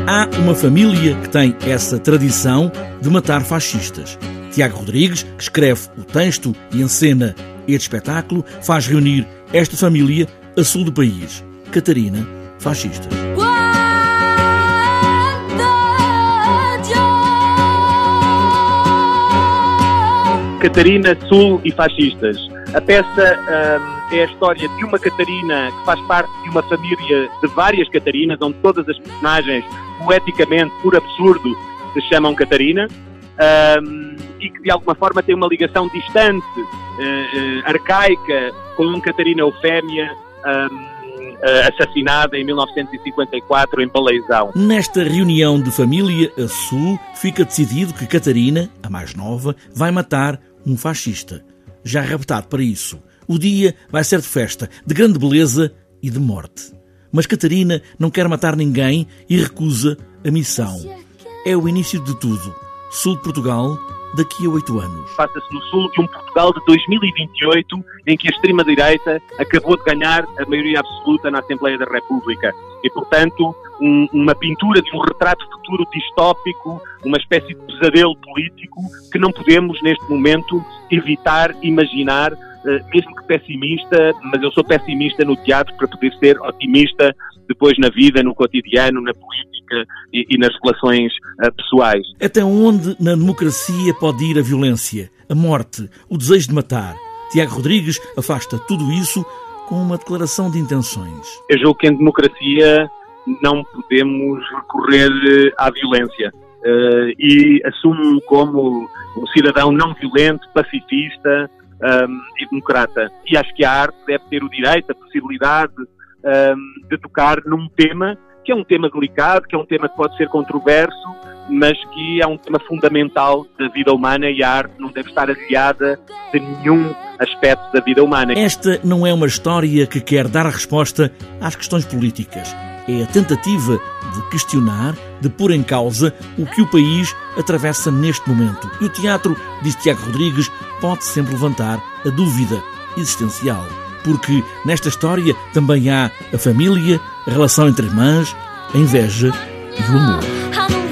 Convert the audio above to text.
Há uma família que tem essa tradição de matar fascistas. Tiago Rodrigues, que escreve o texto e encena este espetáculo, faz reunir esta família a sul do país. Catarina, fascistas. Catarina, Sul e fascistas. A peça é a história de uma Catarina que faz parte de uma família de várias Catarinas, onde todas as personagens, poeticamente, por absurdo, se chamam Catarina, e que de alguma forma tem uma ligação distante, arcaica, com Catarina Eufémia, assassinada em 1954 em Baleizão. Nesta reunião de família a sul, fica decidido que Catarina, a mais nova, vai matar um fascista. Já raptado para isso. O dia vai ser de festa, de grande beleza e de morte. Mas Catarina não quer matar ninguém e recusa a missão. É o início de tudo. Sul de Portugal, daqui a 8 anos. Passa-se no sul de um Portugal de 2028, em que a extrema-direita acabou de ganhar a maioria absoluta na Assembleia da República. E, portanto, uma pintura de um retrato futuro distópico, uma espécie de pesadelo político que não podemos, neste momento, evitar, imaginar, mesmo que pessimista, mas eu sou pessimista no teatro para poder ser otimista depois na vida, no cotidiano, na política e nas relações pessoais. Até onde na democracia pode ir a violência, a morte, o desejo de matar? Tiago Rodrigues afasta tudo isso com uma declaração de intenções. Eu julgo que em democracia não podemos recorrer à violência e assumo-me como um cidadão não violento, pacifista e democrata. E acho que a arte deve ter o direito, a possibilidade de tocar num tema que é um tema delicado, que é um tema que pode ser controverso, mas que é um tema fundamental da vida humana e a arte não deve estar aliada de nenhum aspecto da vida humana. Esta não é uma história que quer dar a resposta às questões políticas. É a tentativa de questionar, de pôr em causa o que o país atravessa neste momento. E o teatro, diz Tiago Rodrigues, pode sempre levantar a dúvida existencial. Porque nesta história também há a família, a relação entre irmãs, a inveja e o amor.